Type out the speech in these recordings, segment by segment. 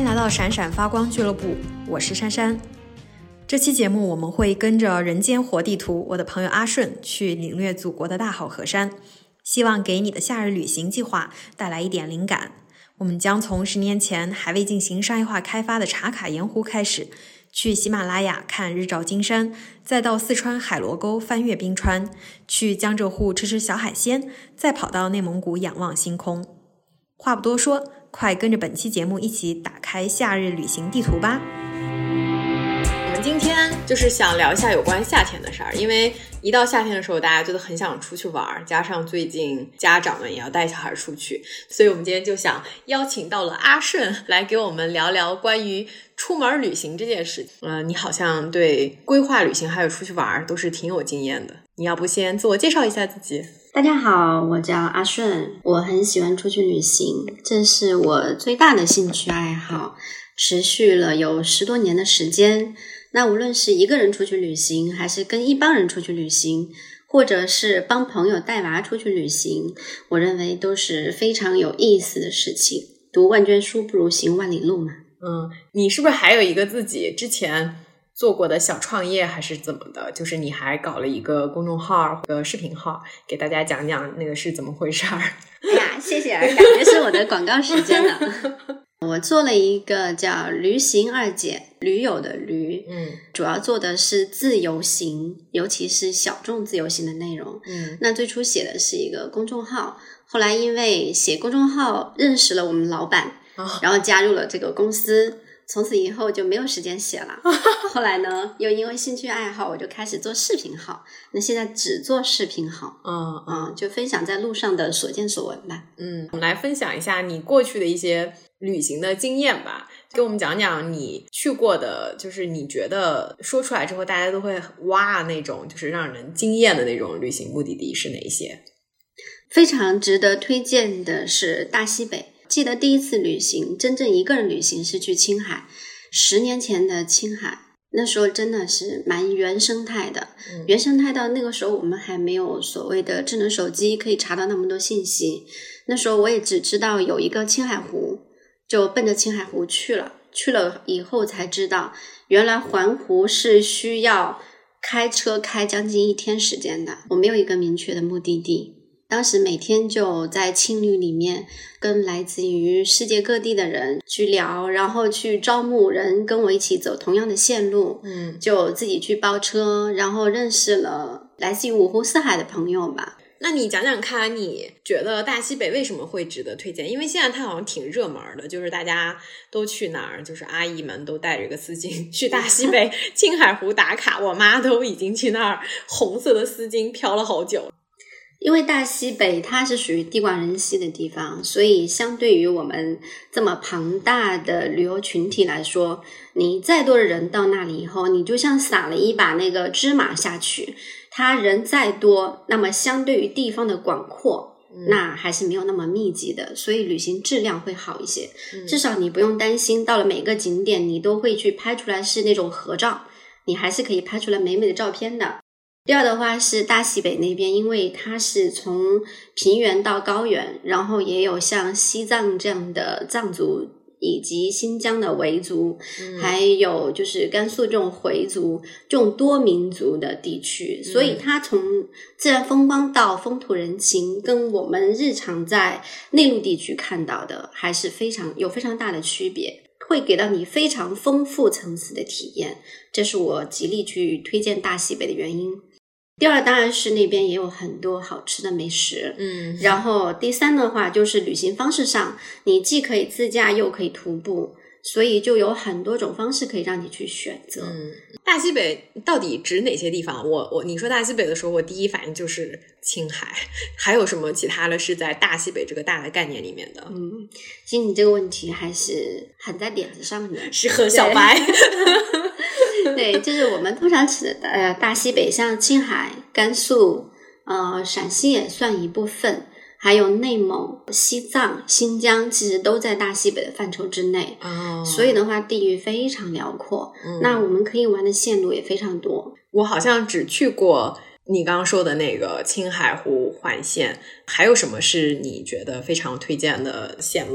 迎来到闪闪发光俱乐部，我是珊珊。这期节目我们会跟着人间活地图我的朋友阿顺去领略祖国的大好河山，希望给你的夏日旅行计划带来一点灵感。我们将从10年前还未进行商业化开发的茶卡盐湖开始，去喜马拉雅看日照金山，再到四川海螺沟翻越冰川，去江浙沪吃小海鲜，再跑到内蒙古仰望星空。话不多说，快跟着本期节目一起打开夏日旅行地图吧。 我们今天就是想聊一下有关夏天的事儿，因为一到夏天的时候大家觉得很想出去玩，加上最近家长们也要带小孩出去，所以我们今天就想邀请到了阿顺来给我们聊聊关于出门旅行这件事。你好像对规划旅行还有出去玩都是挺有经验的，你要不先自我介绍一下自己？ 大家好，我叫阿顺，我很喜欢出去旅行，这是我最大的兴趣爱好，持续了有10多年的时间。那无论是一个人出去旅行，还是跟一帮人出去旅行，或者是帮朋友带娃出去旅行，我认为都是非常有意思的事情。读万卷书不如行万里路嘛。 你是不是还有一个自己之前做过的小创业还是怎么的，就是你还搞了一个公众号和视频号，给大家讲讲那个是怎么回事儿？ 哎呀，谢谢，感觉是我的广告时间了。我做了一个叫驴行2姐，驴友的驴，主要做的是自由行，尤其是小众自由行的内容。那最初写的是一个公众号，后来因为写公众号认识了我们老板，然后加入了这个公司，从此以后就没有时间写了。后来呢，又因为兴趣爱好，我就开始做视频号。那现在只做视频号，就分享在路上的所见所闻吧。 我们来分享一下你过去的一些旅行的经验吧，给我们讲讲你去过的，就是你觉得说出来之后大家都会哇那种，就是让人惊艳的那种旅行目的地是哪一些？ 非常值得推荐的是大西北。记得第一次旅行，真正一个人旅行是去青海，10年前的青海，那时候真的是蛮原生态的。原生态到那个时候我们还没有所谓的智能手机可以查到那么多信息，那时候我也只知道有一个青海湖，就奔着青海湖去了以后才知道，原来环湖是需要开车开将近1天时间的。我没有一个明确的目的地，当时每天就在青旅里面跟来自于世界各地的人去聊，然后去招募人跟我一起走同样的线路，就自己去包车，然后认识了来自于5湖4海的朋友吧。 那你讲讲看，你觉得大西北为什么会值得推荐？因为现在它好像挺热门的，就是大家都去哪儿，就是阿姨们都带着个丝巾去大西北青海湖打卡，我妈都已经去那儿红色的丝巾飘了好久。 因为大西北它是属于地广人稀的地方，所以相对于我们这么庞大的旅游群体来说，你再多的人到那里以后，你就像撒了一把那个芝麻下去，它人再多，那么相对于地方的广阔，那还是没有那么密集的，所以旅行质量会好一些。至少你不用担心到了每个景点你都会去拍出来是那种合照，你还是可以拍出来美美的照片的。第二的话是大西北那边，因为它是从平原到高原，然后也有像西藏这样的藏族，以及新疆的维族，还有就是甘肃这种回族，这种多民族的地区，所以它从自然风光到风土人情，跟我们日常在内陆地区看到的还是非常大的区别，会给到你非常丰富层次的体验，这是我极力去推荐大西北的原因。第二当然是那边也有很多好吃的美食，然后第三的话就是旅行方式上，你既可以自驾又可以徒步，所以就有很多种方式可以让你去选择。 大西北到底指哪些地方？你说大西北的时候，我第一反应就是青海，还有什么其他的是在大西北这个大的概念里面的？ 其实你这个问题还是很在点子上的， 适合小白。 对，就是我们通常指的大西北，像青海、甘肃、陕西也算一部分，还有内蒙、西藏、新疆，其实都在大西北的范畴之内。所以的话，地域非常辽阔。那我们可以玩的线路也非常多。 我好像只去过你刚刚说的那个青海湖环线，还有什么是你觉得非常推荐的线路呢？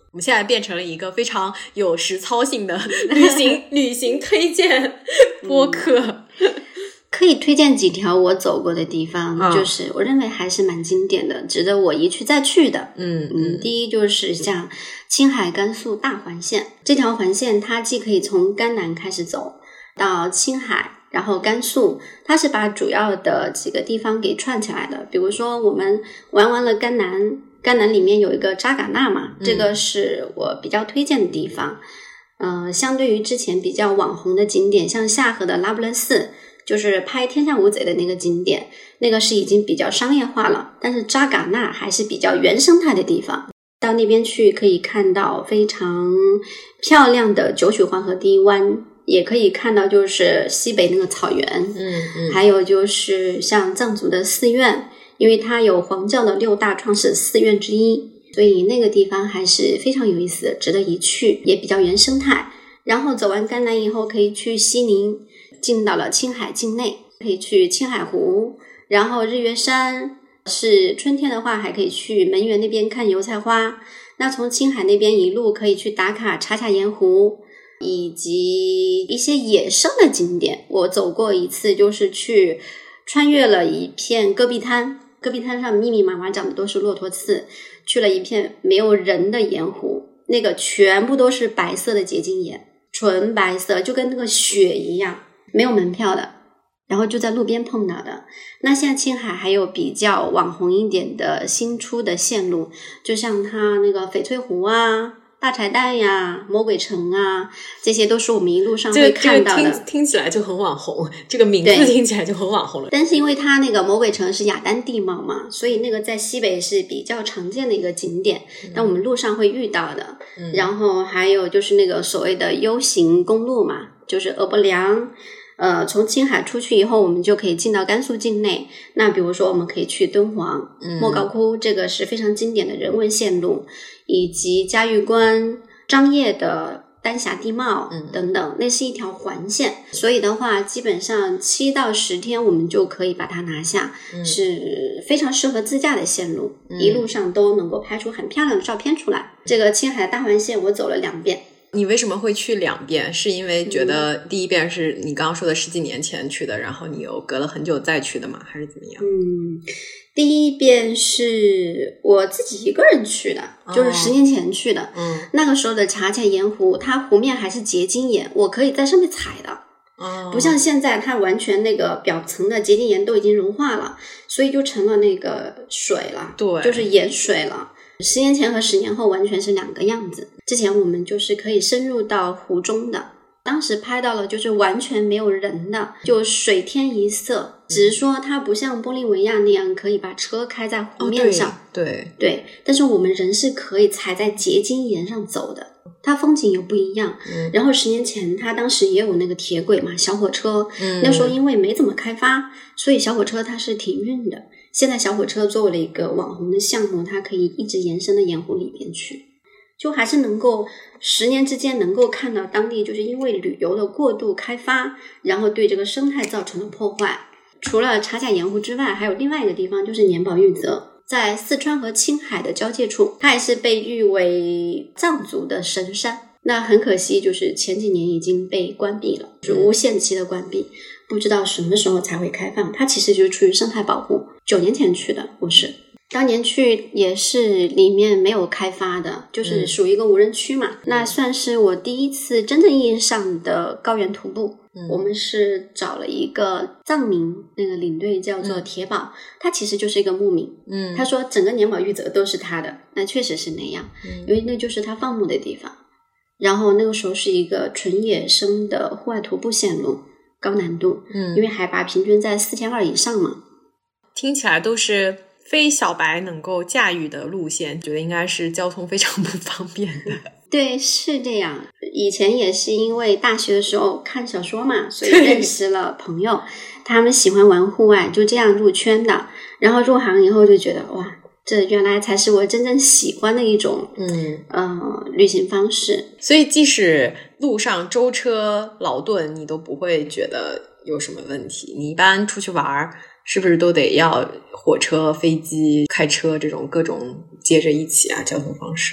我们现在变成了一个非常有实操性的旅行推荐播客。 可以推荐几条我走过的地方，就是我认为还是蛮经典的，值得我一去再去的。第一就是像青海甘肃大环线，这条环线它既可以从甘南开始走到青海，然后甘肃，它是把主要的几个地方给串起来的。比如说我们玩完了甘南里面有一个扎尕那嘛，这个是我比较推荐的地方。相对于之前比较网红的景点，像下河的拉卜勒寺，就是拍天下无贼的那个景点，那个是已经比较商业化了，但是扎尕那还是比较原生态的地方。到那边去可以看到非常漂亮的九曲黄河第一湾，也可以看到就是西北那个草原，还有就是像藏族的寺院，因为它有黄教的6大创始寺院之一，所以那个地方还是非常有意思的，值得一去，也比较原生态。然后走完甘南以后可以去西宁，进到了青海境内，可以去青海湖，然后日月山，是春天的话还可以去门源那边看油菜花。那从青海那边一路可以去打卡茶卡盐湖，以及一些野生的景点。我走过一次，就是去穿越了一片戈壁滩，戈壁滩上密密麻麻长的都是骆驼刺，去了一片没有人的盐湖，那个全部都是白色的结晶盐，纯白色，就跟那个雪一样，没有门票的，然后就在路边碰到的。那现在青海还有比较网红一点的新出的线路，就像它那个翡翠湖啊、大柴旦呀、魔鬼城啊，这些都是我们一路上会看到的。 这个听起来就很网红，这个名字听起来就很网红了。 但是因为它那个魔鬼城是雅丹地貌嘛，所以那个在西北是比较常见的一个景点，但我们路上会遇到的。然后还有就是那个所谓的 U 型公路嘛，就是鄂博梁。从青海出去以后，我们就可以进到甘肃境内。那比如说我们可以去敦煌、莫高窟，这个是非常经典的人文线路，以及嘉峪关、张掖的丹霞地貌等等，那是一条环线。所以的话基本上7到10天我们就可以把它拿下，是非常适合自驾的线路，一路上都能够拍出很漂亮的照片出来。这个青海大环线我走了2遍。 你为什么会去2遍？是因为觉得第一遍是你刚刚说的10几年前去的，然后你又隔了很久再去的吗？还是怎么样？ 第一遍是我自己一个人去的，就是10年前去的。那个时候的茶卡盐湖，它湖面还是结晶盐，我可以在上面踩的。不像现在它完全那个表层的结晶盐都已经融化了，所以就成了那个水了，对，就是盐水了。10年前和10年后完全是2个样子。之前我们就是可以深入到湖中的，当时拍到了就是完全没有人的，就水天一色，只是说它不像玻利维亚那样可以把车开在湖面上， 对， 但是我们人是可以踩在结晶岩上走的，它风景又不一样。然后10年前它当时也有那个铁轨嘛，小火车，那时候因为没怎么开发，所以小火车它是停运的。现在小火车作为了一个网红的项目，它可以一直延伸到盐湖里边去，就还是能够10年之间能够看到当地就是因为旅游的过度开发，然后对这个生态造成了破坏。除了茶卡盐湖之外，还有另外一个地方就是年保玉泽，在四川和青海的交界处，它也是被誉为藏族的神山。那很可惜就是前几年已经被关闭了，是无限期的关闭，不知道什么时候才会开放。它其实就是出于生态保护，9年前去的，我是当年去也是里面没有开发的，就是属于一个无人区嘛。那算是我第一次真正意义上的高原徒步。我们是找了一个藏民那个领队叫做铁宝，他其实就是一个牧民。他说整个年保玉泽都是他的，那确实是那样，因为那就是他放牧的地方。然后那个时候是一个纯野生的户外徒步线路，高难度，因为海拔平均在4200以上嘛。 听起来都是非小白能够驾驭的路线，觉得应该是交通非常不方便的。 对，是这样。以前也是因为大学的时候看小说嘛，所以认识了朋友，他们喜欢玩户外，就这样入圈的。然后入行以后就觉得哇，这原来才是我真正喜欢的一种旅行方式。 所以即使路上舟车劳顿，你都不会觉得有什么问题。你一般出去玩是不是都得要火车、飞机、开车这种各种接着一起啊交通方式？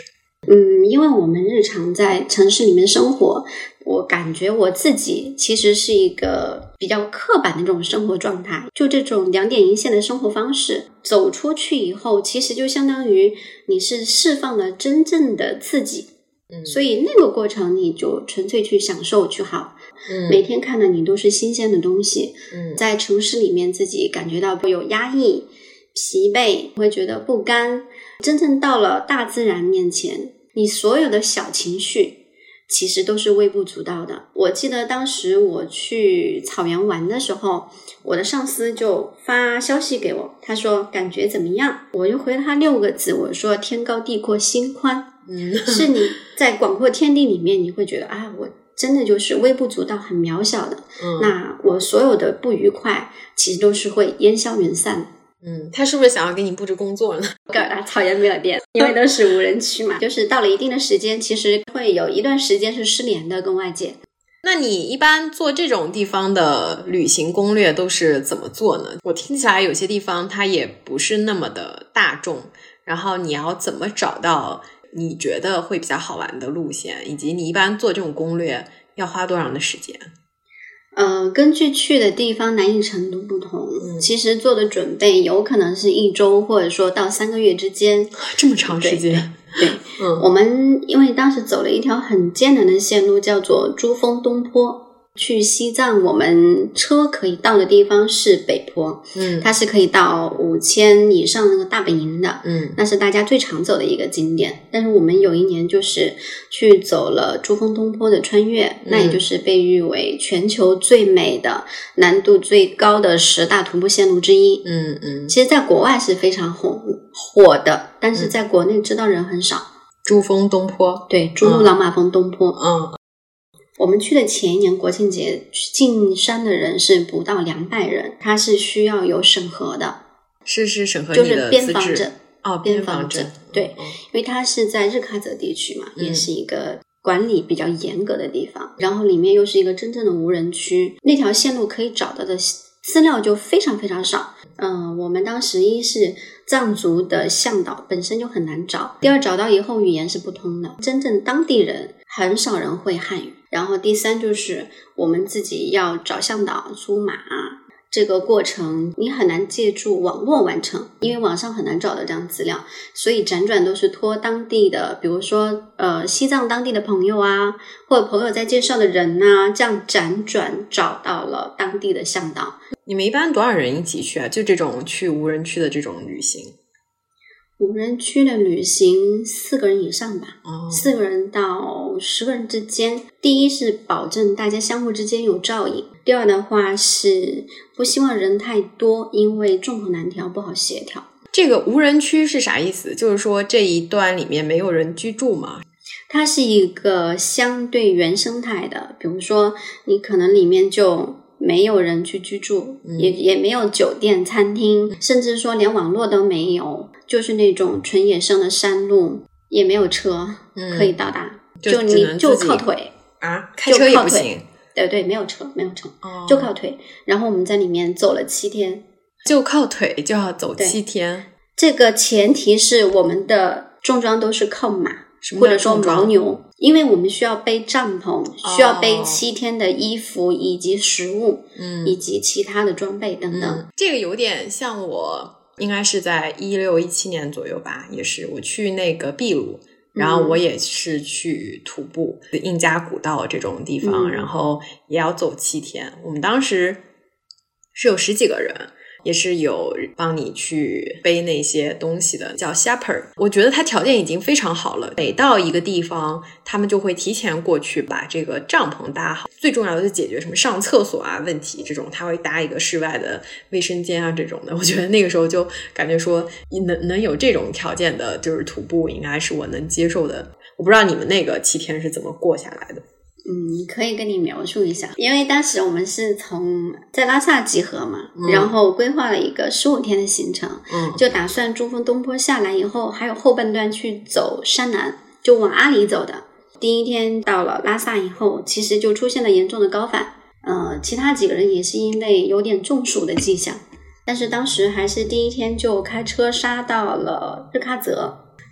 因为我们日常在城市里面生活，我感觉我自己其实是一个比较刻板的这种生活状态，就这种两点一线的生活方式，走出去以后，其实就相当于你是释放了真正的自己。所以那个过程你就纯粹去享受去好，每天看的你都是新鲜的东西。在城市里面自己感觉到有压抑、疲惫，会觉得不甘。真正到了大自然面前，你所有的小情绪其实都是微不足道的。我记得当时我去草原玩的时候，我的上司就发消息给我，他说感觉怎么样？我就回他6个字，我说天高地阔心宽。是你在广阔天地里面，你会觉得啊，我真的就是微不足道，很渺小的。那我所有的不愉快其实都是会烟消云散的。 他是不是想要给你布置工作呢？ 告诉他草原没有电，因为都是无人区嘛，就是到了一定的时间，其实会有一段时间是失联的跟外界。 那你一般做这种地方的旅行攻略都是怎么做呢？我听起来有些地方它也不是那么的大众，然后你要怎么找到你觉得会比较好玩的路线，以及你一般做这种攻略要花多长的时间？ 根据去的地方难易程度不同，其实做的准备有可能是1周，或者说到3个月之间。 这么长时间？ 对，我们因为当时走了一条很艰难的线路，叫做珠峰东坡。去西藏我们车可以到的地方是北坡，它是可以到5000以上那个大本营的，那是大家最常走的一个景点。但是我们有一年就是去走了珠峰东坡的穿越，那也就是被誉为全球最美的、难度最高的10大徒步线路之一。其实在国外是非常火的，但是在国内知道人很少。 珠峰东坡， 对，珠穆朗玛峰东坡。我们去的前一年国庆节进山的人是不到200人，他是需要有审核的。 是审核你的就是边防证。 边防证。 对，因为它是在日喀则地区嘛，也是一个管理比较严格的地方，然后里面又是一个真正的无人区，那条线路可以找到的资料就非常非常少。我们当时一是藏族的向导本身就很难找，第二找到以后语言是不通的，真正当地人很少人会汉语，然后第三就是我们自己要找向导租马，这个过程你很难借助网络完成，因为网上很难找到这样资料，所以辗转都是托当地的，比如说西藏当地的朋友啊，或者朋友在介绍的人啊，这样辗转找到了当地的向导。 你们一般多少人一起去啊？就这种去无人区的这种旅行？ 无人区的旅行4个人以上吧，4个人到10个人之间。第一是保证大家相互之间有照应，第二的话是不希望人太多，因为众口难调，不好协调。 这个无人区是啥意思？就是说这一段里面没有人居住吗？ 它是一个相对原生态的，比如说你可能里面就没有人去居住，也没有酒店餐厅，甚至说连网络都没有，就是那种纯野生的山路，也没有车可以到达，就你就靠腿啊，开车也不行。 对，没有车，就靠腿。然后我们在里面走了7天， 就靠腿就要走7天。 这个前提是我们的重装都是靠马，或者说牦牛，因为我们需要背帐篷，需要背7天的衣服以及食物，以及其他的装备等等。 这个有点像我应该是在16、17年左右吧，也是我去那个秘鲁，然后我也是去徒步印加古道这种地方，然后也要走7天。我们当时是有10几个人，也是有帮你去背那些东西的，叫 shepherd。 我觉得他条件已经非常好了，每到一个地方他们就会提前过去把这个帐篷搭好，最重要的是解决什么上厕所啊问题，这种他会搭一个室外的卫生间啊这种的。我觉得那个时候就感觉说能有这种条件的就是徒步应该是我能接受的。我不知道你们那个7天是怎么过下来的。 可以跟你描述一下，因为当时我们是在拉萨集合嘛，然后规划了一个15天的行程，就打算珠峰东坡下来以后还有后半段去走山南，就往阿里走的。第一天到了拉萨以后，其实就出现了严重的高反，其他几个人也是因为有点中暑的迹象，但是当时还是第一天就开车杀到了日喀则。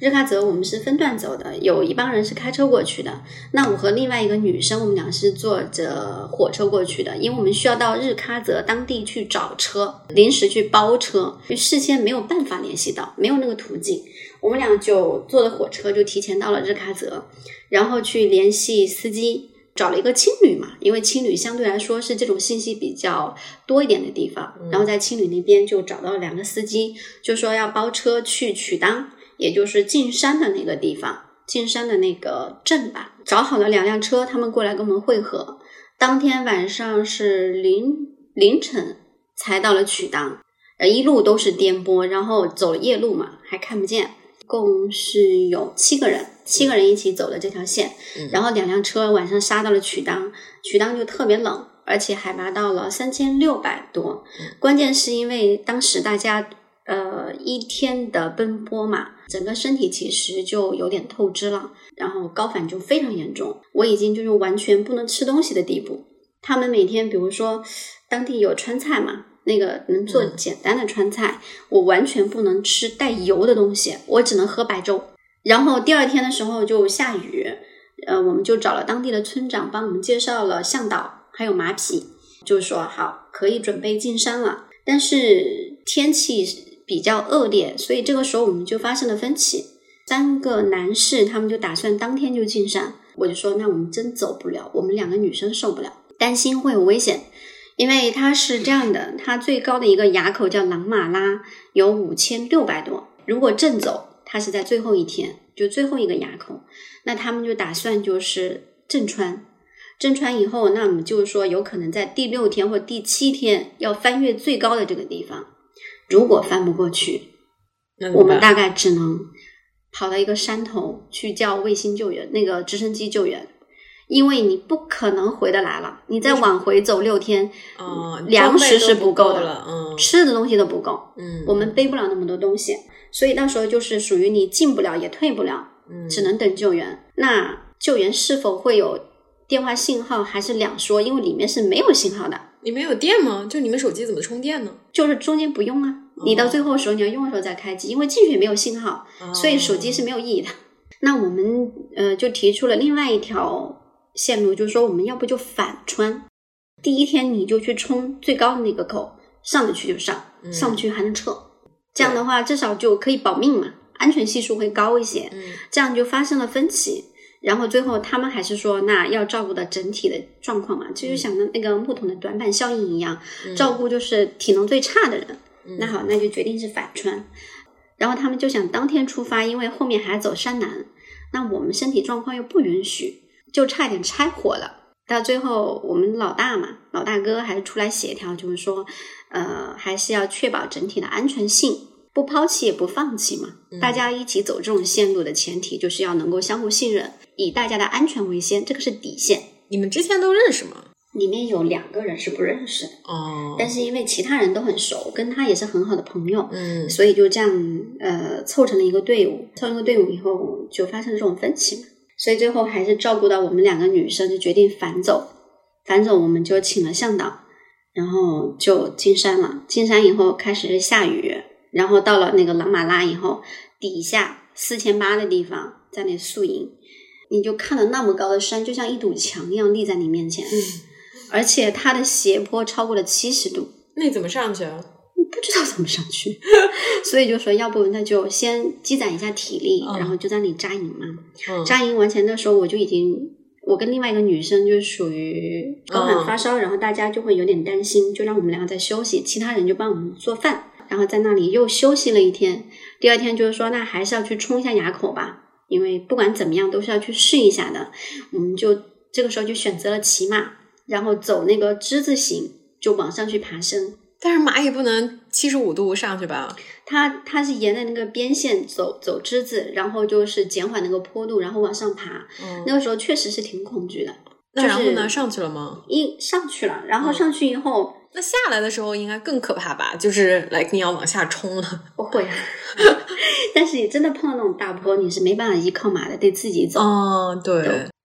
日喀则我们是分段走的，有一帮人是开车过去的，那我和另外一个女生，我们俩是坐着火车过去的，因为我们需要到日喀则当地去找车，临时去包车，就事先没有办法联系到，没有那个途径，我们俩就坐的火车就提前到了日喀则，然后去联系司机，找了一个青旅嘛，因为青旅相对来说是这种信息比较多一点的地方，然后在青旅那边就找到了2个司机，就说要包车去曲当，也就是进山的那个地方，进山的那个镇吧，找好了2辆车，他们过来跟我们会合。当天晚上是凌晨才到了曲当，一路都是颠簸，然后走了夜路嘛，还看不见，共是有7个人一起走了这条线，然后2辆车晚上杀到了曲当，曲当就特别冷，而且海拔到了3600多，关键是因为当时大家一天的奔波嘛，整个身体其实就有点透支了，然后高反就非常严重，我已经就是完全不能吃东西的地步。他们每天比如说当地有川菜嘛，那个能做简单的川菜，我完全不能吃带油的东西，我只能喝白粥。然后第2天的时候就下雨，我们就找了当地的村长帮我们介绍了向导还有马匹，就说好可以准备进山了，但是天气比较恶劣，所以这个时候我们就发生了分歧。3个男士他们就打算当天就进山，我就说那我们真走不了，我们2个女生受不了，担心会有危险。因为它是这样的，它最高的一个垭口叫琅马拉，有5600多，如果正走它是在最后一天，就最后一个垭口，那他们就打算就是正穿以后，那我们就是说有可能在第6天或第7天要翻越最高的这个地方，如果翻不过去，我们大概只能跑到一个山头去叫卫星救援，那个直升机救援，因为你不可能回得来了，你再往回走6天，粮食是不够的，吃的东西都不够，我们背不了那么多东西，所以到时候就是属于你进不了也退不了，只能等救援。那救援是否会有电话信号还是两说，因为里面是没有信号的。 你们有电吗？就你们手机怎么充电呢？ 就是中间不用啊，你到最后的时候你要用的时候再开机，因为进去也没有信号，所以手机是没有意义的。那我们就提出了另外一条线路，就是说我们要不就反穿，第1天你就去冲最高的那个口，上得去就上，上不去还能撤，这样的话至少就可以保命嘛，安全系数会高一些。这样就发生了分歧，然后最后他们还是说那要照顾到整体的状况嘛，这就像那个木桶的短板效应一样，照顾就是体能最差的人。那好，那就决定是反穿，然后他们就想当天出发，因为后面还走山南，那我们身体状况又不允许，就差点拆伙了。到最后我们老大哥还是出来协调，就是说还是要确保整体的安全性，不抛弃也不放弃嘛，大家一起走这种线路的前提就是要能够相互信任，以大家的安全为先，这个是底线。 你们之前都认识吗？ 里面有2个人是不认识的，但是因为其他人都很熟，跟他也是很好的朋友，所以就这样凑成了一个队伍，凑成一个队伍以后就发生这种分歧嘛，所以最后还是照顾到我们2个女生，就决定反走我们就请了向导，然后就进山了。进山以后开始下雨，然后到了那个琅马拉以后，底下4800的地方在那宿营，你就看到那么高的山就像一堵墙一样立在你面前，而且它的斜坡超过了70度。 那你怎么上去啊？ 不知道怎么上去所以就说要不那就先积攒一下体力，然后就在那里扎营嘛。扎营完前的时候我跟另外一个女生就属于高反发烧，然后大家就会有点担心，就让我们2个在休息，其他人就帮我们做饭，然后在那里又休息了1天。第2天就是说那还是要去冲一下垭口吧，因为不管怎么样都是要去试一下的。我们就这个时候就选择了骑马，然后走那个之字形就往上去爬升。 但是马也不能75度上去吧？ 它是沿着那个边线走之字，然后就是减缓那个坡度，然后往上爬。那个时候确实是挺恐惧的。 那然后呢？上去了吗？ 上去了，然后上去以后， 那下来的时候应该更可怕吧？就是你要往下冲了。 不会啊但是你真的碰到那种大坡，你是没办法依靠马的，得自己走。 对。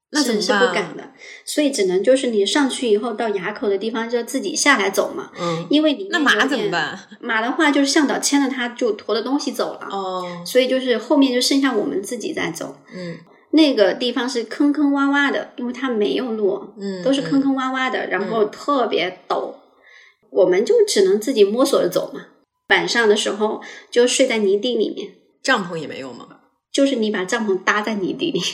那怎么办是不敢的，所以只能就是你上去以后到垭口的地方就自己下来走嘛。因为里面那马怎么办？ 马的话就是向导牵着它就驮着东西走了。所以就是后面就剩下我们自己在走。那个地方是坑坑洼洼的，因为它没有路，都是坑坑洼洼的，然后特别陡，我们就只能自己摸索着走嘛。晚上的时候就睡在泥地里面。 帐篷也没有吗？ 就是你把帐篷搭在泥地里。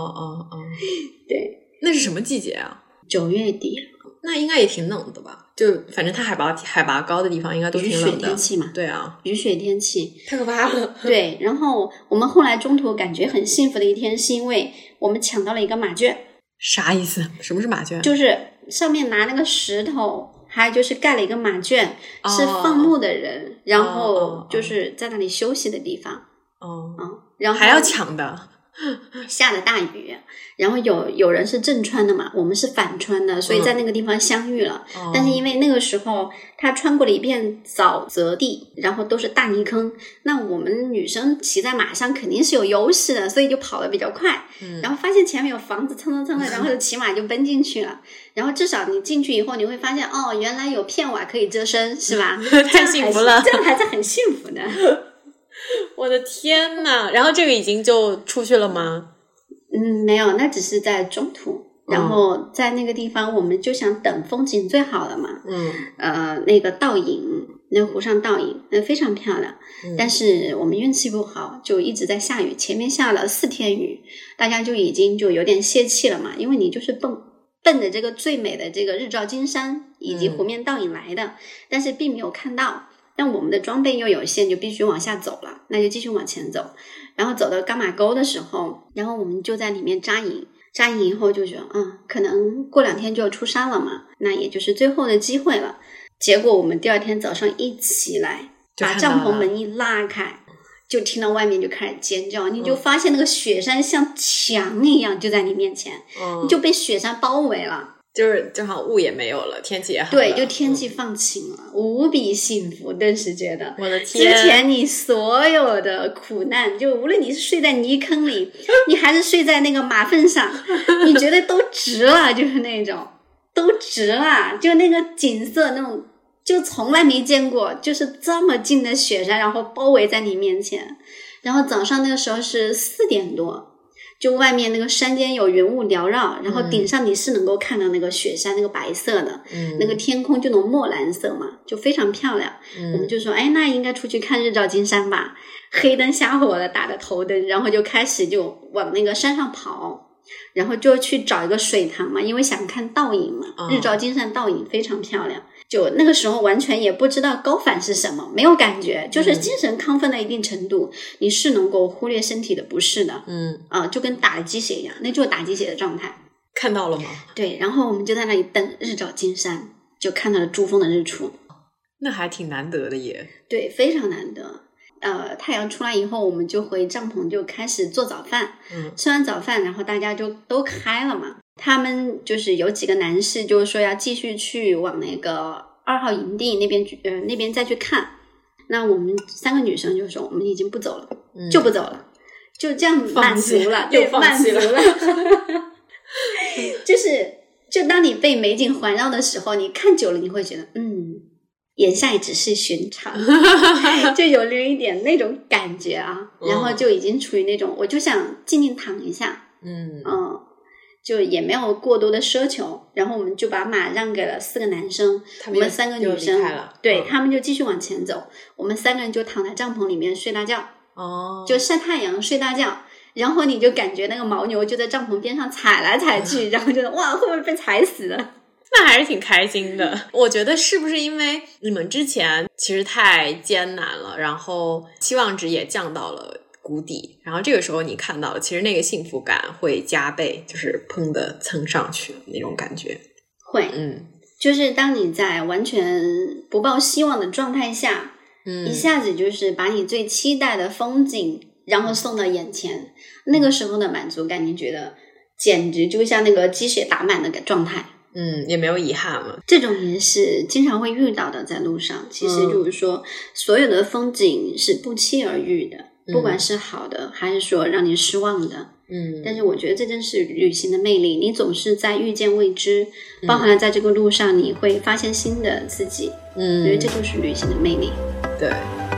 对。 那是什么季节啊 ？9月底。 那应该也挺冷的吧？就反正它海拔高的地方应该都挺冷的。 雨雪天气嘛。 对啊， 雨雪天气太可怕了。 对，然后我们后来中途感觉很幸福的一天是因为我们抢到了一个马圈。 啥意思？什么是马圈？ 就是上面拿那个石头，还有就是盖了一个马圈，是放牧的人然后就是在那里休息的地方。然后还要抢的。 下了大雨，然后有人是正穿的嘛，我们是反穿的，所以在那个地方相遇了。但是因为那个时候他穿过了一片沼泽地，然后都是大泥坑，那我们女生骑在马上肯定是有优势的，所以就跑得比较快。然后发现前面有房子蹭蹭蹭的，然后就骑马就奔进去了。然后至少你进去以后你会发现原来有片瓦可以遮身，是吧？ 太幸福了， 这样还是很幸福的。 我的天哪！然后这个已经就出去了吗？ 没有，那只是在中途。然后在那个地方我们就想等风景最好的嘛。那个倒影，那湖上倒影那非常漂亮。但是我们运气不好，就一直在下雨，前面下了4天雨，大家就已经就有点泄气了嘛，因为你就是奔着这个最美的这个日照金山以及湖面倒影来的，但是并没有看到。但我们的装备又有限，就必须往下走了，那就继续往前走。然后走到伽马沟的时候，然后我们就在里面扎营以后就觉得可能过2天就要出山了嘛，那也就是最后的机会了。结果我们第2天早上一起来，把帐篷门一拉开，就听到外面就开始尖叫，你就发现那个雪山像墙一样就在你面前，你就被雪山包围了。 就是正好雾也没有了，天气也好了。 对，就天气放晴了，无比幸福。顿时觉得， 我的天！ 之前你所有的苦难，就无论你是睡在泥坑里，你还是睡在那个马粪上，你觉得都值了，就是那种都值了。就那个景色，那种就从来没见过，就是这么近的雪山，然后包围在你面前。然后早上那个时候是4点多。就外面那个山间有云雾缭绕，然后顶上你是能够看到那个雪山那个白色的，那个天空就那种墨蓝色嘛，就非常漂亮。我们就说那应该出去看日照金山吧，黑灯瞎火的打着头灯，然后就开始就往那个山上跑，然后就去找一个水塘嘛，因为想看倒影嘛，日照金山倒影非常漂亮。就那个时候完全也不知道高反是什么，没有感觉，就是精神亢奋到一定程度，你是能够忽略身体的不适的。就跟打了鸡血一样，那就是打鸡血的状态。 看到了吗？ 对，然后我们就在那里等日照金山，就看到了珠峰的日出。 那还挺难得的耶。 对，非常难得。太阳出来以后，我们就回帐篷就开始做早饭。吃完早饭，然后大家就都开了嘛。他们就是有几个男士就是说要继续去往那个2号营地那边再去看。那我们3个女生就说我们已经不走了，就不走了，就这样满足了，对，满足了。就当你被美景环绕的时候，你看久了你会觉得眼下也只是寻常，就有了一点那种感觉啊。然后就已经处于那种我就想静静躺一下，就也没有过多的奢求。然后我们就把马让给了4个男生，我们3个女生对，他们就继续往前走，我们3个人就躺在帐篷里面睡大觉，就晒太阳睡大觉。然后你就感觉那个牦牛就在帐篷边上踩来踩去，然后觉得哇会不会被踩死了。 那还是挺开心的。我觉得是不是因为你们之前其实太艰难了，然后期望值也降到了谷底，然后这个时候你看到了，其实那个幸福感会加倍，就是砰的蹭上去那种感觉。 会，就是当你在完全不抱希望的状态下，一下子就是把你最期待的风景然后送到眼前，那个时候的满足感你觉得简直就像那个鸡血打满的状态。 也没有遗憾了。 这种也是经常会遇到的，在路上其实就是说所有的风景是不期而遇的，不管是好的还是说让你失望的， 但是我觉得这正是旅行的魅力，你总是在遇见未知，包含了在这个路上你会发现新的自己，我觉得这就是旅行的魅力。 对，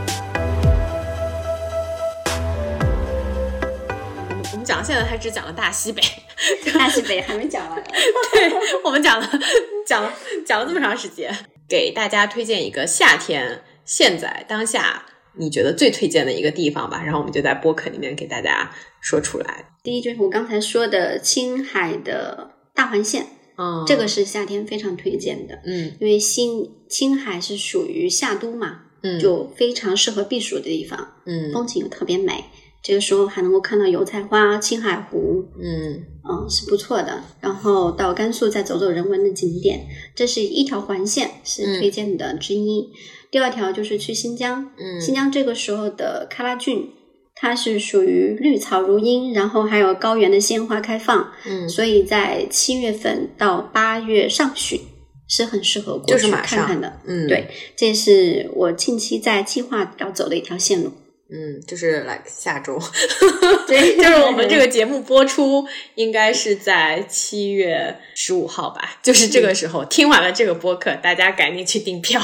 我们讲现在还只讲了大西北， 大西北还没讲完对，我们讲了这么长时间，给大家推荐一个夏天现在当下你觉得最推荐的一个地方吧，然后我们就在播客里面给大家说出来。 第一就是我刚才说的青海的大环线，这个是夏天非常推荐的，因为青海是属于夏都嘛，就非常适合避暑的地方，风景又特别美，这个时候还能够看到油菜花、青海湖，是不错的。然后到甘肃再走走人文的景点，这是一条环线是推荐的之一。第二条就是去新疆，新疆这个时候的喀拉峻，它是属于绿草如茵，然后还有高原的鲜花开放，所以在7月份到8月上旬是很适合过去看看的。对，这是我近期在计划要走的一条线路。 就是下周对，就是我们这个节目播出应该是在7月15号吧，就是这个时候听完了这个播客，大家赶紧去订票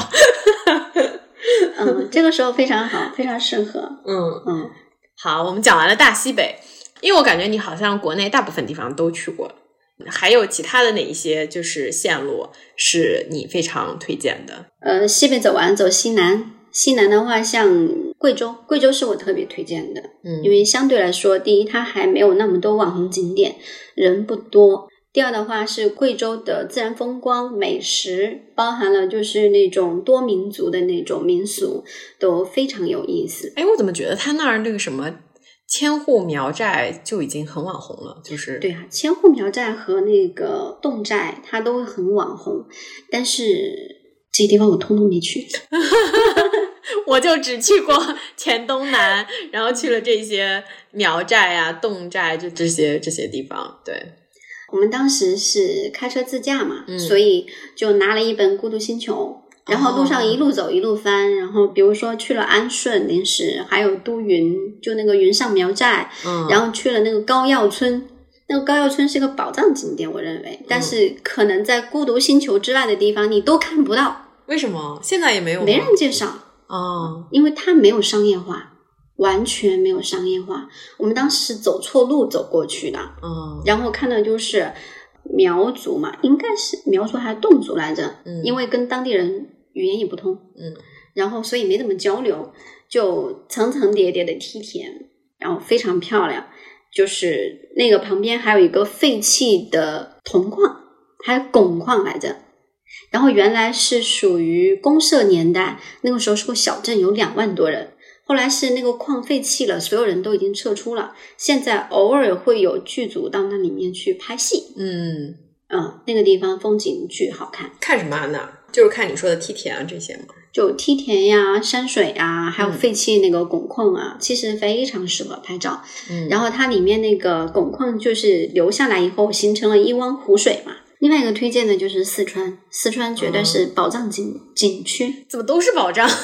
这个时候非常好，非常适合。 好，我们讲完了大西北，因为我感觉你好像国内大部分地方都去过了，还有其他的哪一些就是线路是你非常推荐的？ 西北走完走西南，西南的话像贵州是我特别推荐的，因为相对来说，第一它还没有那么多网红景点，人不多，第二的话是贵州的自然风光、美食，包含了就是那种多民族的那种民俗都非常有意思。 我怎么觉得他那儿那个什么千户苗寨就已经很网红了，就是对啊，千户苗寨和那个侗寨它都很网红，但是这些地方我通通没去我就只去过黔东南，然后去了这些苗寨啊、侗寨，就这些地方。对， 我们当时是开车自驾嘛，所以就拿了一本《孤独星球》，然后路上一路走一路翻，然后比如说去了安顺临时，还有都匀，就那个云上苗寨，然后去了那个高要村。那个高要村是个宝藏景点，我认为，但是可能在孤独星球之外的地方你都看不到。 为什么？现在也没有吗？ 没人介绍因为它没有商业化，完全没有商业化。我们当时走错路走过去的，然后看到就是苗族嘛，应该是苗族还是侗族来着，因为跟当地人语言也不通，然后所以没怎么交流，就层层叠叠的梯田，然后非常漂亮。就是那个旁边还有一个废弃的铜矿，还有汞矿来着。然后原来是属于公社年代，那个时候是个小镇，有2万多人。后来是那个矿废弃了，所有人都已经撤出了。现在偶尔会有剧组到那里面去拍戏。那个地方风景巨好看。 看什么啊？那就是看你说的梯田啊这些吗？ 就梯田呀、山水啊，还有废弃那个汞矿啊，其实非常适合拍照。然后它里面那个汞矿就是流下来以后形成了一汪湖水嘛。另外一个推荐的就是四川，四川绝对是宝藏景区。 怎么都是宝藏？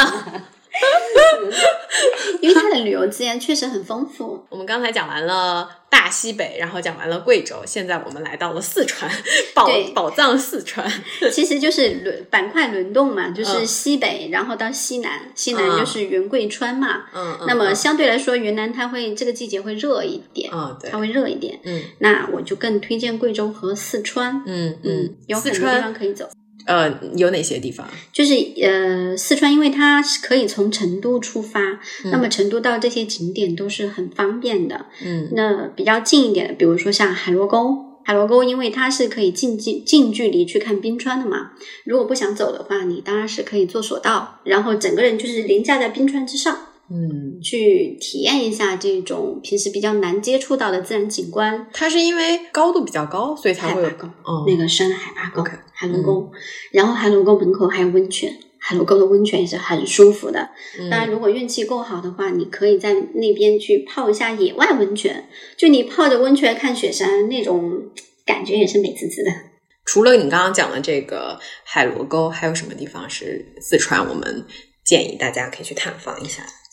因为它的旅游资源确实很丰富。 我们刚才讲完了大西北，然后讲完了贵州，现在我们来到了四川，宝藏四川。 其实就是板块轮动嘛，就是西北，然后到西南，西南就是云贵川嘛。那么相对来说，云南它会这个季节会热一点，它会热一点。那我就更推荐贵州和四川。有很多地方可以走。 有哪些地方？ 就是四川因为它可以从成都出发，那么成都到这些景点都是很方便的。那比较近一点的，比如说像海螺沟，因为它是可以近距离去看冰川的嘛。如果不想走的话，你当然是可以坐索道，然后整个人就是凌驾在冰川之上。去体验一下这种平时比较难接触到的自然景观。 它是因为高度比较高，所以才会有海拔高。那个山的海拔高，海螺沟。然后海螺沟门口还有温泉，海螺沟的温泉也是很舒服的。当然如果运气够好的话，你可以在那边去泡一下野外温泉，就你泡着温泉看雪山，那种感觉也是美滋滋的。 除了你刚刚讲的这个海螺沟，还有什么地方是四川我们建议大家可以去探访一下？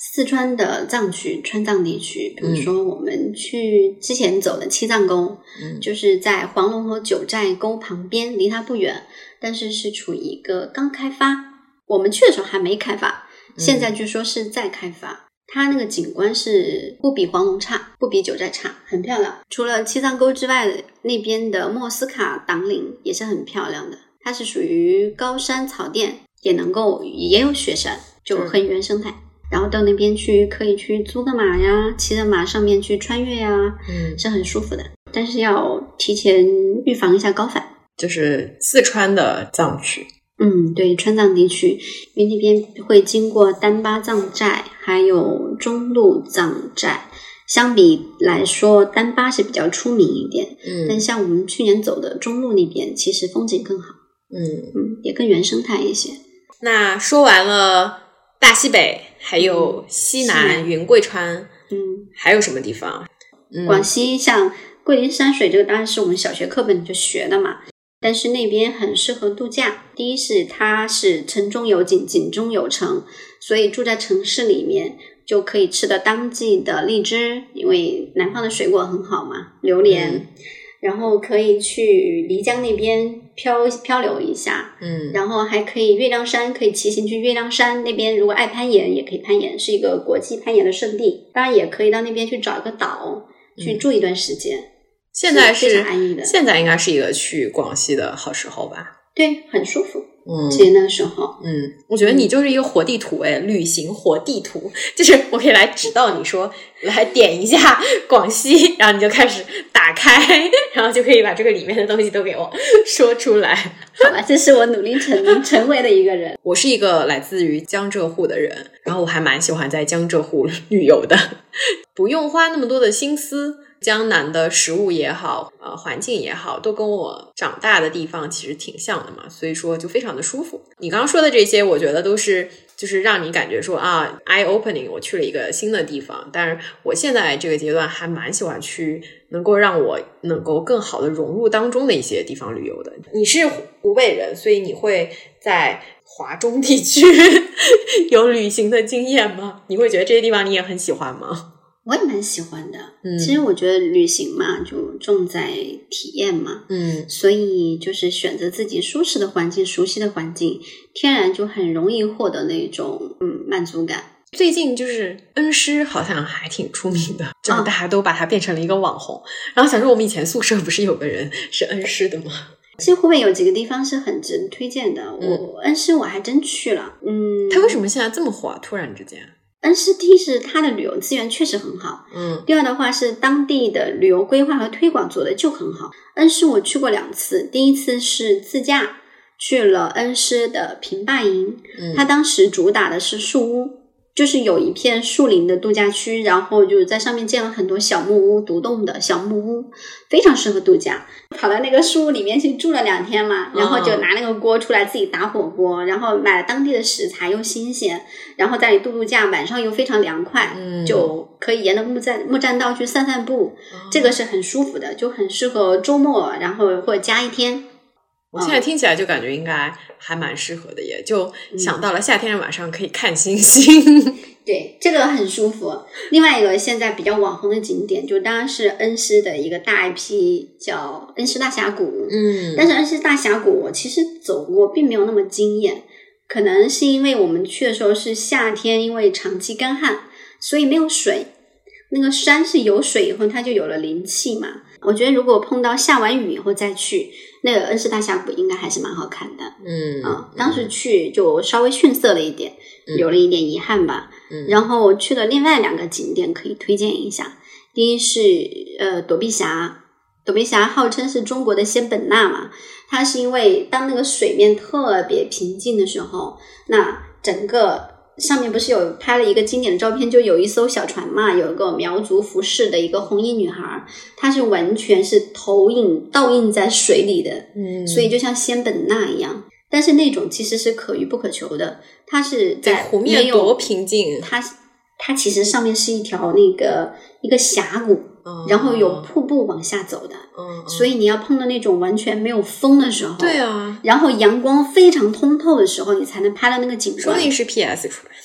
四川的藏区，川藏地区，比如说我们去之前走的七藏沟，就是在黄龙河九寨沟旁边，离它不远，但是是处于一个刚开发，我们去的时候还没开发，现在据说是在开发。它那个景观是不比黄龙差，不比九寨差，很漂亮。除了七藏沟之外，那边的莫斯卡党岭也是很漂亮的，它是属于高山草甸，也有雪山，就很原生态。然后到那边去可以去租个马呀，骑着马上面去穿越呀，是很舒服的，但是要提前预防一下高反。 就是四川的藏区。 对，川藏地区，因为那边会经过丹巴藏寨还有中路藏寨，相比来说丹巴是比较出名一点，但像我们去年走的中路那边其实风景更好，也更原生态一些。 那说完了大西北还有西南云贵川，还有什么地方？ 广西像桂林山水，这个当然是我们小学课本就学的嘛，但是那边很适合度假。第一是它是城中有景，景中有城，所以住在城市里面就可以吃的当季的荔枝，因为南方的水果很好嘛，榴莲，然后可以去漓江那边漂流一下，然后还可以月亮山，可以骑行去月亮山那边，如果爱攀岩也可以攀岩，是一个国际攀岩的圣地。当然也可以到那边去找一个岛，去住一段时间。 现在非常安逸的， 现在应该是一个去广西的好时候吧？ 对，很舒服。其实那个时候， 我觉得你就是一个活地图旅行活地图，就是我可以来指导你说，来点一下广西，然后你就开始打开，然后就可以把这个里面的东西都给我说出来。 好吧，这是我努力成为的一个人。 我是一个来自于江浙沪的人，然后我还蛮喜欢在江浙沪旅游的，不用花那么多的心思。江南的食物也好，环境也好，都跟我长大的地方其实挺像的嘛，所以说就非常的舒服。你刚刚说的这些，我觉得都是就是让你感觉说eye opening， 我去了一个新的地方。但是我现在这个阶段还蛮喜欢去能够让我能够更好的融入当中的一些地方旅游的。你是湖北人，所以你会在华中地区有旅行的经验吗？你会觉得这些地方你也很喜欢吗？ 我也蛮喜欢的，其实我觉得旅行嘛，就重在体验嘛，所以就是选择自己舒适的环境、熟悉的环境，天然就很容易获得那种满足感。 最近就是恩施好像还挺出名的，就是大家都把它变成了一个网红，然后想说我们以前宿舍不是有个人是恩施的吗？ 其实湖北有几个地方是很值得推荐的，恩施我还真去了， 它为什么现在这么火突然之间？ 恩施第一是它的旅游资源确实很好，第二的话是当地的旅游规划和推广做的就很好。恩施我去过2次，第一次是自驾去了恩施的平坝营，它当时主打的是树屋，就是有一片树林的度假区，然后就在上面建了很多小木屋，独栋的小木屋，非常适合度假。跑到那个树屋里面去住了2天嘛，然后就拿那个锅出来自己打火锅，然后买了当地的食材又新鲜，然后在那里度假，晚上又非常凉快，就可以沿着木栈道去散散步，这个是很舒服的，就很适合周末，然后或者加一天。 我现在听起来就感觉应该还蛮适合的，也就想到了夏天晚上可以看星星。 对，这个很舒服。另外一个现在比较网红的景点，就当然是恩施的一个大 IP 叫恩施大峡谷。但是恩施大峡谷我其实走过并没有那么惊艳，可能是因为我们去的时候是夏天，因为长期干旱，所以没有水。那个山是有水以后它就有了灵气嘛，我觉得如果碰到下完雨以后再去那个恩施大峡谷应该还是蛮好看的。当时去就稍微逊色了一点，有了一点遗憾吧。然后我去了另外2个景点可以推荐一下。第一是躲避峡，躲避峡号称是中国的仙本那嘛，它是因为当那个水面特别平静的时候，那整个上面不是有拍了一个经典的照片，就有一艘小船嘛，有一个苗族服饰的一个红衣女孩，她是完全是倒映在水里的，所以就像仙本那一样。但是那种其实是可遇不可求的，它是在湖面多平静， 它其实上面是一条一个峡谷，然后有瀑布往下走的，所以你要碰到那种完全没有风的时候， 对啊， 然后阳光非常通透的时候，你才能拍到那个景观。 说不定是 PS 出来的。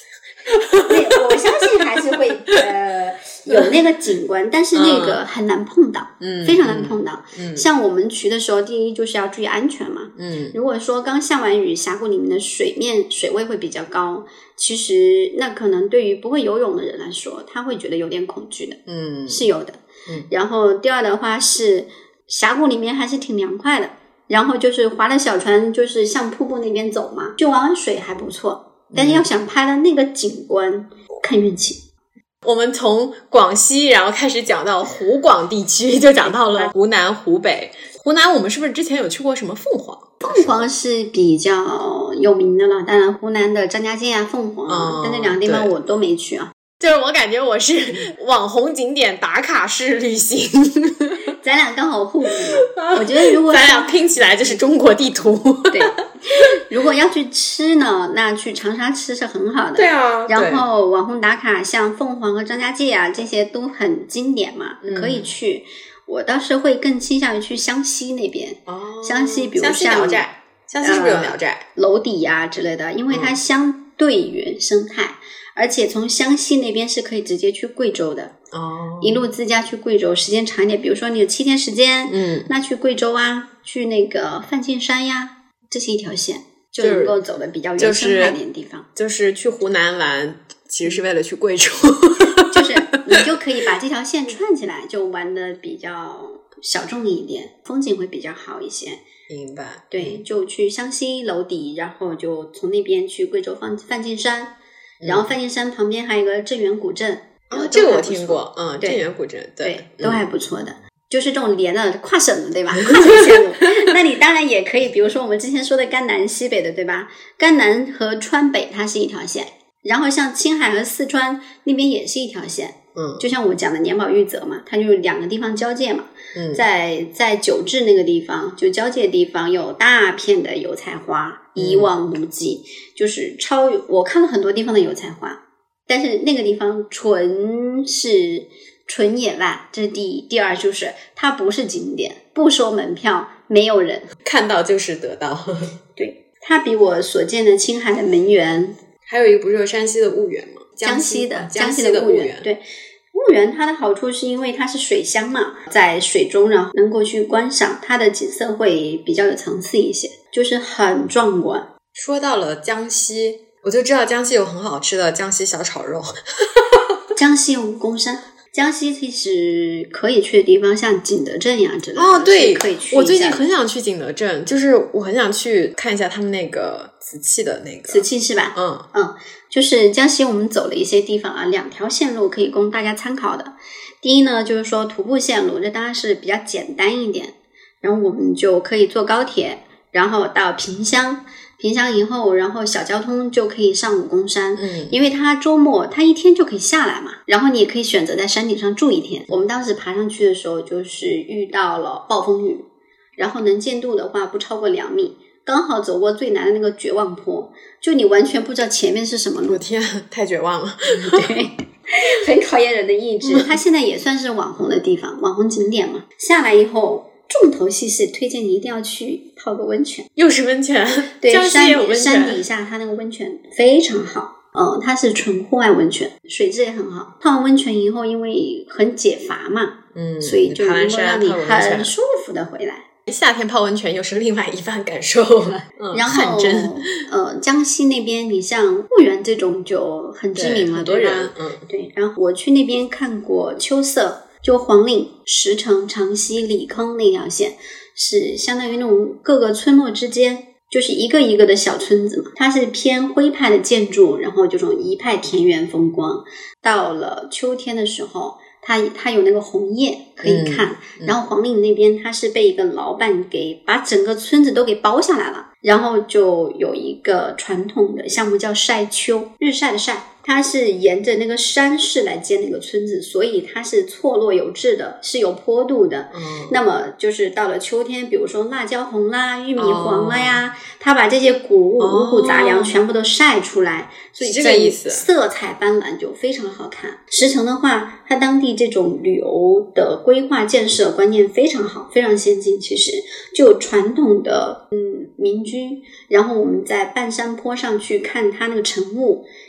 对，我相信还是会有那个景观，但是那个很难碰到，非常难碰到。像我们去的时候，第一就是要注意安全嘛。如果说刚下完雨，峡谷里面的水位会比较高，其实那可能对于不会游泳的人来说，他会觉得有点恐惧的。是有的。然后第二的话是峡谷里面还是挺凉快的，然后就是划了小船，就是向瀑布那边走嘛，就玩玩水还不错。但是要想拍到那个景观，看运气。 我们从广西然后开始讲到湖广地区，就讲到了湖南湖北。湖南我们是不是之前有去过什么凤凰？ 凤凰是比较有名的了，当然湖南的张家界啊、凤凰啊，但这两个地方我都没去啊。 就是我感觉我是网红景点打卡式旅行， 咱俩刚好互补。我觉得如果咱俩拼起来就是中国地图。 对，如果要去吃呢，那去长沙吃是很好的。 对啊。 然后网红打卡，像凤凰和张家界啊，这些都很经典嘛，可以去。我倒是会更倾向于去湘西那边。湘西比如像湘西聊斋，湘西是不是有聊斋？ 娄底啊之类的，因为它相对原生态。而且从湘西那边是可以直接去贵州的。一路自驾去贵州，时间长一点，比如说你有7天时间，那去贵州啊，去那个梵净山呀，这是一条线，就能够走的比较原生态一点的地方。 就是去湖南玩，其实是为了去贵州。 就是你就可以把这条线串起来，就玩的比较小众一点，风景会比较好一些。 明白。 对，就去湘西娄底，然后就从那边去贵州梵净山。然后梵净山旁边还有一个镇远古镇， 这个我听过，镇远古镇， 对，都还不错的。就是这种连的跨省的，对吧？跨省线路。那你当然也可以，比如说我们之前说的甘南西北的，对吧？甘南和川北它是一条线，然后像青海和四川那边也是一条线。就像我讲的年保玉泽嘛，它就两个地方交界嘛。在九治那个地方，就交界地方有大片的油菜花，一望无际，就是我看了很多地方的油菜花，但是那个地方纯野外，这是第一。第二就是它不是景点，不收门票，没有人， 看到就是得到。 对，它比我所见的青海的门源， 还有一个不是山西的婺源吗？ 江西的婺源，对。婺源它的好处是因为它是水乡嘛，在水中然后能够去观赏，它的景色会比较有层次一些，就是很壮观。 说到了江西，我就知道江西有很好吃的江西小炒肉。 江西有武功山，江西其实可以去的地方像景德镇呀之类的。 对， 可以去。 我最近很想去景德镇，就是我很想去看一下他们那个瓷器的那个。 瓷器是吧？就是江西我们走了一些地方啊，2条线路可以供大家参考的。第一呢，就是说徒步线路，这当然是比较简单一点，然后我们就可以坐高铁，然后到萍乡以后，然后小交通就可以上武功山。因为它周末它1天就可以下来嘛，然后你也可以选择在山顶上住1天。我们当时爬上去的时候就是遇到了暴风雨，然后能见度的话不超过2米，刚好走过最难的那个绝望坡，就你完全不知道前面是什么路。 我天，太绝望了。 对，很考验人的意志。它现在也算是网红的地方，网红景点嘛。下来以后重头戏是推荐你一定要去泡个温泉。 又是温泉？ 对， 江西也有温泉。 山底下它那个温泉非常好。它是纯户外温泉，水质也很好。泡完温泉以后因为很解乏嘛，所以就能够让你很舒服的回来。 夏天泡温泉又是另外一番感受。 然后很真。 江西那边你像婺源这种就很知名了， 很多人。 对。然后我去那边看过秋色，就黄岭、石城、长溪、里坑那条线，是相当于那种各个村落之间就是一个一个的小村子嘛，它是偏徽派的建筑，然后这种一派田园风光。到了秋天的时候，它有那个红叶可以看。然后黄岭那边它是被一个老板给把整个村子都给包下来了，然后就有一个传统的项目叫晒秋，日晒的晒，它是沿着那个山势来建那个村子，所以它是错落有致的，是有坡度的。那么就是到了秋天，比如说辣椒红啦、玉米黄了呀，它把这些谷物五谷杂粮全部都晒出来，所以这个意思， 色彩斑斓就非常好看。石城的话，它当地这种旅游的规划建设观念非常好，非常先进。其实就传统的民居，然后我们在半山坡上去看它那个晨雾，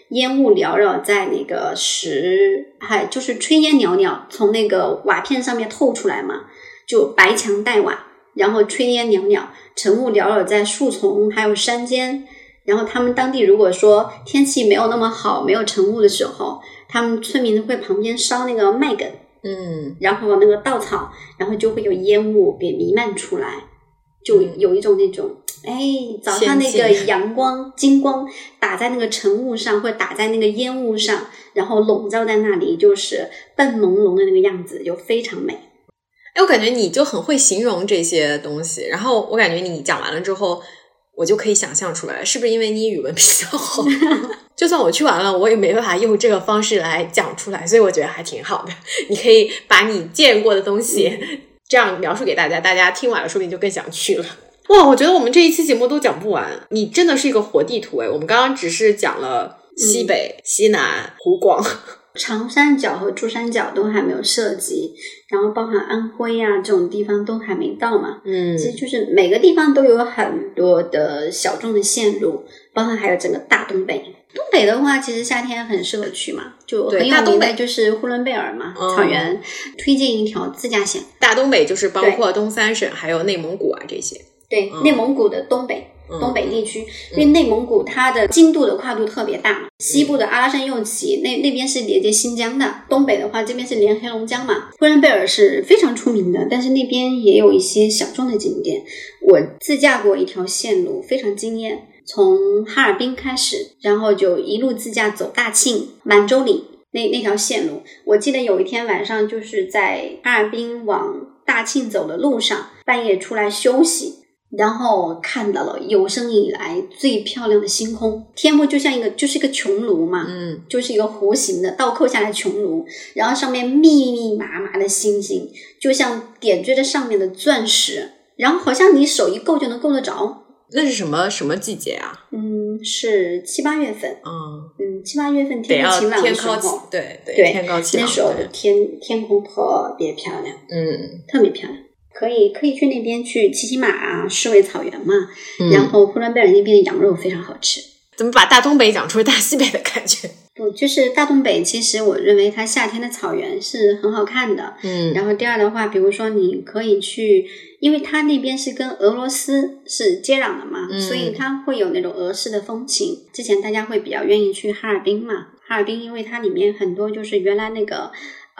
烟雾缭绕在那个就是炊烟袅袅从那个瓦片上面透出来嘛，就白墙黛瓦，然后炊烟袅袅，晨雾缭绕在树丛还有山间。然后他们当地如果说天气没有那么好，没有晨雾的时候，他们村民会旁边烧那个麦秆，然后那个稻草，然后就会有烟雾给弥漫出来，就有一种那种早上那个阳光金光打在那个晨雾上，会打在那个烟雾上，然后笼罩在那里，就是半朦胧的那个样子，就非常美。 我感觉你就很会形容这些东西，然后我感觉你讲完了之后我就可以想象出来，是不是因为你语文比较好就算我去完了我也没办法用这个方式来讲出来，所以我觉得还挺好的。你可以把你见过的东西这样描述给大家，大家听完了说不定就更想去了。哇，我觉得我们这一期节目都讲不完，你真的是一个活地图。我们刚刚只是讲了西北、西南、湖广， 长三角和珠三角都还没有涉及，然后包含安徽啊这种地方都还没到嘛。其实就是每个地方都有很多的小众的线路，包含还有整个大东北。东北的话其实夏天很适合去嘛，就很有名的就是呼伦贝尔嘛，草原，推荐一条自驾线。 大东北就是包括东三省还有内蒙古啊这些。 对，内蒙古的东北地区，因为内蒙古它的经度的跨度特别大嘛，西部的阿拉善右旗那边是连接新疆的，东北的话这边是连黑龙江嘛。呼伦贝尔是非常出名的，但是那边也有一些小众的景点。我自驾过一条线路，非常惊艳，从哈尔滨开始，然后就一路自驾走大庆、满洲里那条线路。我记得有一天晚上就是在哈尔滨往大庆走的路上，半夜出来休息，然后看到了有生以来最漂亮的星空，天幕就是一个穹庐嘛，就是一个弧形的倒扣下来穹庐，然后上面密密麻麻的星星，就像点缀在上面的钻石，然后好像你手一够就能够得着。 那是什么季节啊？ 是7、8月份。7、8月份天气晴朗的时候， 对，天高气朗， 那时候的天空特别漂亮，特别漂亮。可以去那边去骑骑马啊，世味草原嘛。然后呼伦贝尔那边的羊肉非常好吃。 怎么把大东北讲出大西北的感觉？ 不，就是大东北其实我认为它夏天的草原是很好看的。然后第二的话，比如说你可以去，因为它那边是跟俄罗斯是接壤的嘛，所以它会有那种俄式的风情。之前大家会比较愿意去哈尔滨嘛，哈尔滨因为它里面很多就是原来那个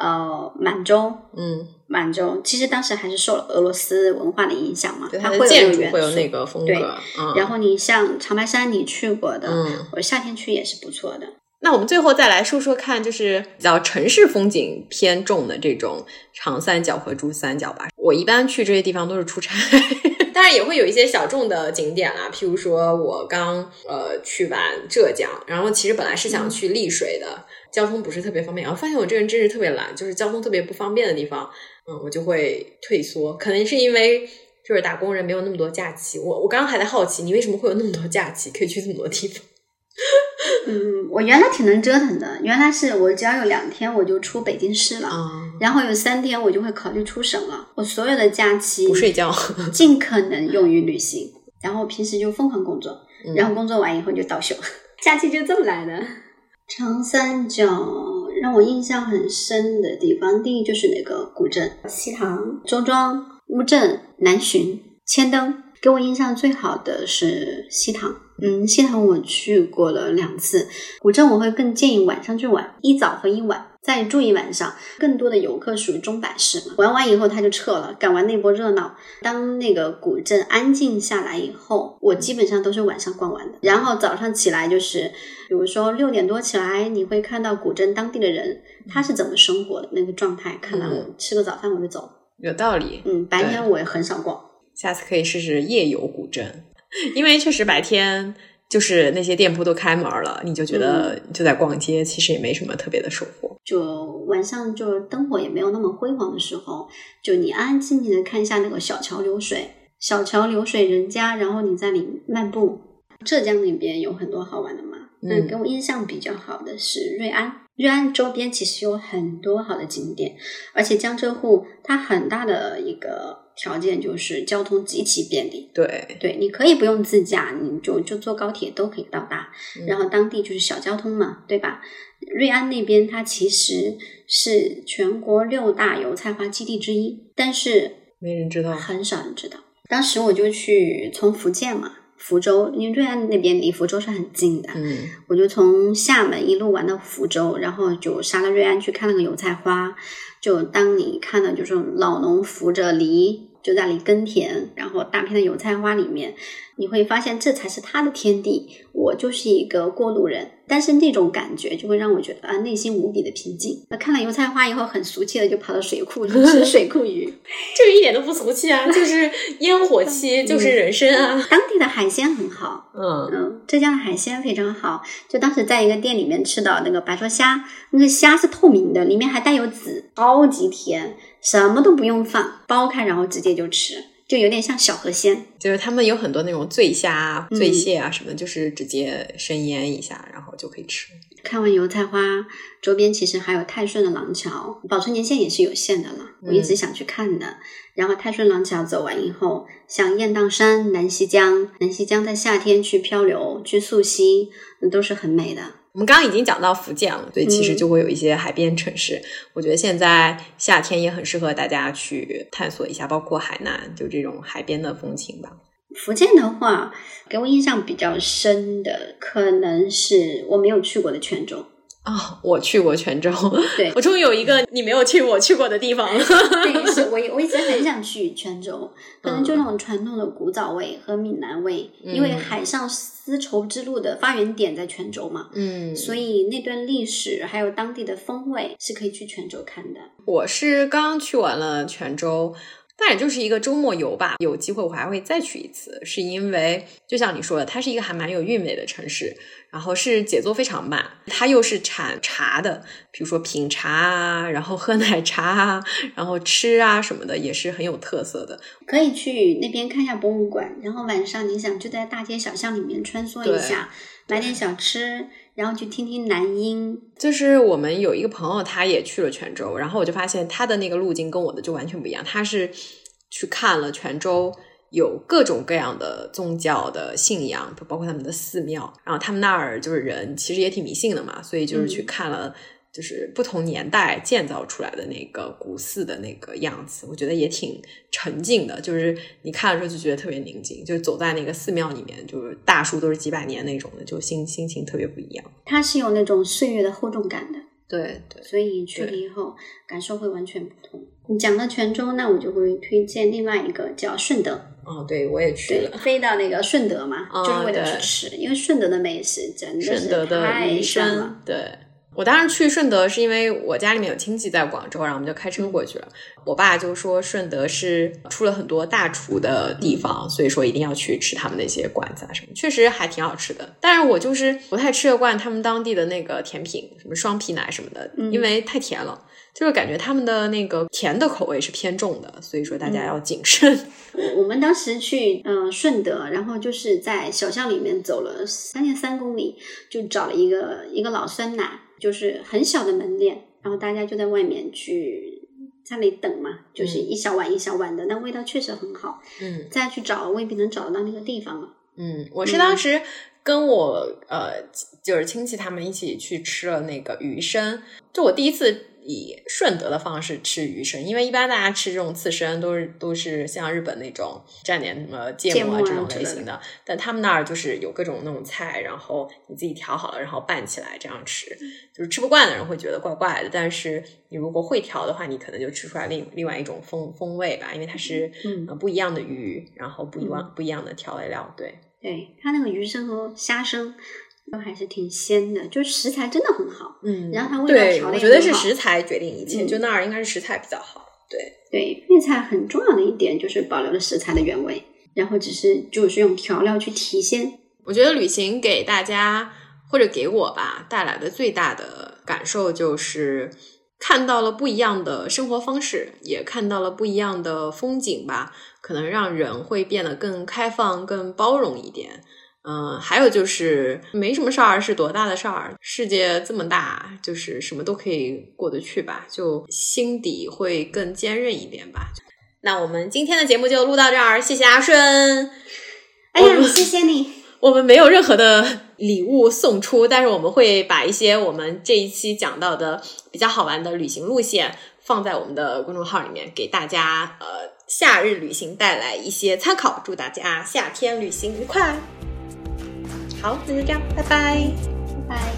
满洲其实当时还是受了俄罗斯文化的影响嘛，它会有建筑会有那个风格。 对，然后你像长白山你去过的，我夏天去也是不错的。 那我们最后再来说说看，就是比较城市风景偏重的这种长三角和珠三角吧。我一般去这些地方都是出差当然也会有一些小众的景点啦，譬如说我刚去完浙江，然后其实本来是想去丽水的，交通不是特别方便，然后发现我这个人真是特别懒，就是交通特别不方便的地方我就会退缩。可能是因为就是打工人没有那么多假期。我刚刚还在好奇你为什么会有那么多假期可以去这么多地方我原来挺能折腾的，原来是我只要有2天我就出北京市了，然后有3天我就会考虑出省了。我所有的假期不睡觉尽可能用于旅行，然后平时就疯狂工作，然后工作完以后就倒休假期就这么来的。长三角让我印象很深的地方，第一就是那个古镇，西塘、周庄、乌镇、南浔、千灯。给我印象最好的是西塘。西塘我去过了2次，古镇我会更建议晚上去玩，一早和一晚再住一晚上。更多的游客属于中摆式嘛，玩完以后他就撤了，赶完那波热闹。当那个古镇安静下来以后，我基本上都是晚上逛完的。然后早上起来就是比如说6点多起来，你会看到古镇当地的人他是怎么生活的那个状态，看到吃个早饭我就走。 有道理。 白天我也很少逛， 下次可以试试夜游古镇，因为确实白天就是那些店铺都开门了，你就觉得就在逛街，其实也没什么特别的收获。 就晚上就灯火也没有那么辉煌的时候，就你安安静静的看一下那个小桥流水，小桥流水人家，然后你在里漫步。浙江那边有很多好玩的嘛，给我印象比较好的是瑞安。 瑞安周边其实有很多好的景点，而且江浙沪它很大的一个条件就是交通极其便利。 对， 你可以不用自驾，你就坐高铁都可以到达，然后当地就是小交通嘛，对吧？瑞安那边它其实是全国6大油菜花基地之一，但是没人知道， 很少人知道。当时我就去从福建嘛，福州，因为瑞安那边离福州是很近的，我就从厦门一路玩到福州，然后就杀了瑞安去看那个油菜花。就当你看到就是老农扶着犁就在那里耕田，然后大片的油菜花里面，你会发现这才是他的天地，我就是一个过路人。但是那种感觉就会让我觉得内心无比的平静。看了油菜花以后很俗气的就跑到水库去吃水库鱼这个一点都不俗气啊，就是烟火气就是人生啊。 当地的海鲜很好，浙江的海鲜非常好。就当时在一个店里面吃到那个白灼虾，那个虾是透明的，里面还带有籽，超级甜，什么都不用放，剥开然后直接就吃，就有点像小河鲜。 就是他们有很多那种醉虾、醉蟹啊什么的，就是直接生腌一下然后就可以吃。 看完油菜花，周边其实还有泰顺的廊桥，保存年限也是有限的了，我一直想去看的。然后泰顺廊桥走完以后，像雁荡山、南溪江在夏天去漂流、去溯溪，那都是很美的。 我们刚刚已经讲到福建了，对，其实就会有一些海边城市，我觉得现在夏天也很适合大家去探索一下，包括海南，就这种海边的风情吧。 福建的话，给我印象比较深的可能是我没有去过的泉州。 我去过泉州， 对， 我终于有一个你没有去我去过的地方了。 对，是我一直很想去泉州，可能就那种传统的古早味和闽南味，因为海上丝绸之路的发源点在泉州嘛，所以那段历史还有当地的风味是可以去泉州看的。 我是刚去完了泉州，但也就是一个周末游吧，有机会我还会再去一次，是因为就像你说的，它是一个还蛮有韵味的城市，然后是节奏非常慢，它又是产茶的，比如说品茶啊，然后喝奶茶啊，然后吃啊什么的也是很有特色的。 可以去那边看一下博物馆，然后晚上你想就在大街小巷里面穿梭一下，买点小吃，然后去听听南音。 就是我们有一个朋友他也去了泉州，然后我就发现他的那个路径跟我的就完全不一样，他是去看了泉州有各种各样的宗教的信仰，包括他们的寺庙，然后他们那儿就是人其实也挺迷信的嘛，所以就是去看了就是不同年代建造出来的那个古寺的那个样子，我觉得也挺沉静的，就是你看的时候就觉得特别宁静，就是走在那个寺庙里面，就是大树都是几百年那种的，就心情特别不一样。它是有那种岁月的厚重感的， 对， 所以去了以后感受会完全不同。你讲了泉州，那我就会推荐另外一个叫顺德。 对，我也去了， 飞到那个顺德嘛，就是为了去吃，因为顺德的美食真的是太香了。 对，我当时去顺德是因为我家里面有亲戚在广州，然后我们就开车过去了。我爸就说顺德是出了很多大厨的地方，所以说一定要去吃他们那些馆子啊什么，确实还挺好吃的。但是我就是不太吃得惯他们当地的那个甜品，什么双皮奶什么的，因为太甜了，就是感觉他们的那个甜的口味是偏重的，所以说大家要谨慎。 我们当时去顺德，然后就是在小巷里面走了3.3公里，就找了一个老酸奶，就是很小的门脸，然后大家就在外面去在那里等嘛，就是一小碗一小碗的，那味道确实很好。再去找未必能找得到那个地方了。 我是当时跟我就是亲戚他们一起去吃了那个鱼生，就我第一次以顺德的方式吃鱼生，因为一般大家吃这种刺身都是像日本那种蘸点什么芥末啊这种类型的，但他们那儿就是有各种那种菜，然后你自己调好了然后拌起来这样吃，就是吃不惯的人会觉得怪怪的，但是你如果会调的话，你可能就吃出来另外一种风味吧，因为它是不一样的鱼，然后不一样的调味料。对， 它那个鱼生和虾生都还是挺鲜的，就是食材真的很好。然后它味道调的也很好。 我觉得是食材决定一切，就那儿应该是食材比较好。 对，粤菜很重要的一点就是保留了食材的原味，然后就是用调料去提鲜。 我觉得旅行给大家或者给我吧带来的最大的感受就是看到了不一样的生活方式，也看到了不一样的风景吧，可能让人会变得更开放更包容一点。 还有就是没什么事儿是多大的事儿，世界这么大，就是什么都可以过得去吧，就心底会更坚韧一点吧。那我们今天的节目就录到这儿，谢谢阿顺。 哎呀，谢谢你。 我们没有任何的礼物送出，但是我们会把一些我们这一期讲到的比较好玩的旅行路线放在我们的公众号里面，给大家夏日旅行带来一些参考。祝大家夏天旅行愉快。好，那就这样，拜拜。 拜拜。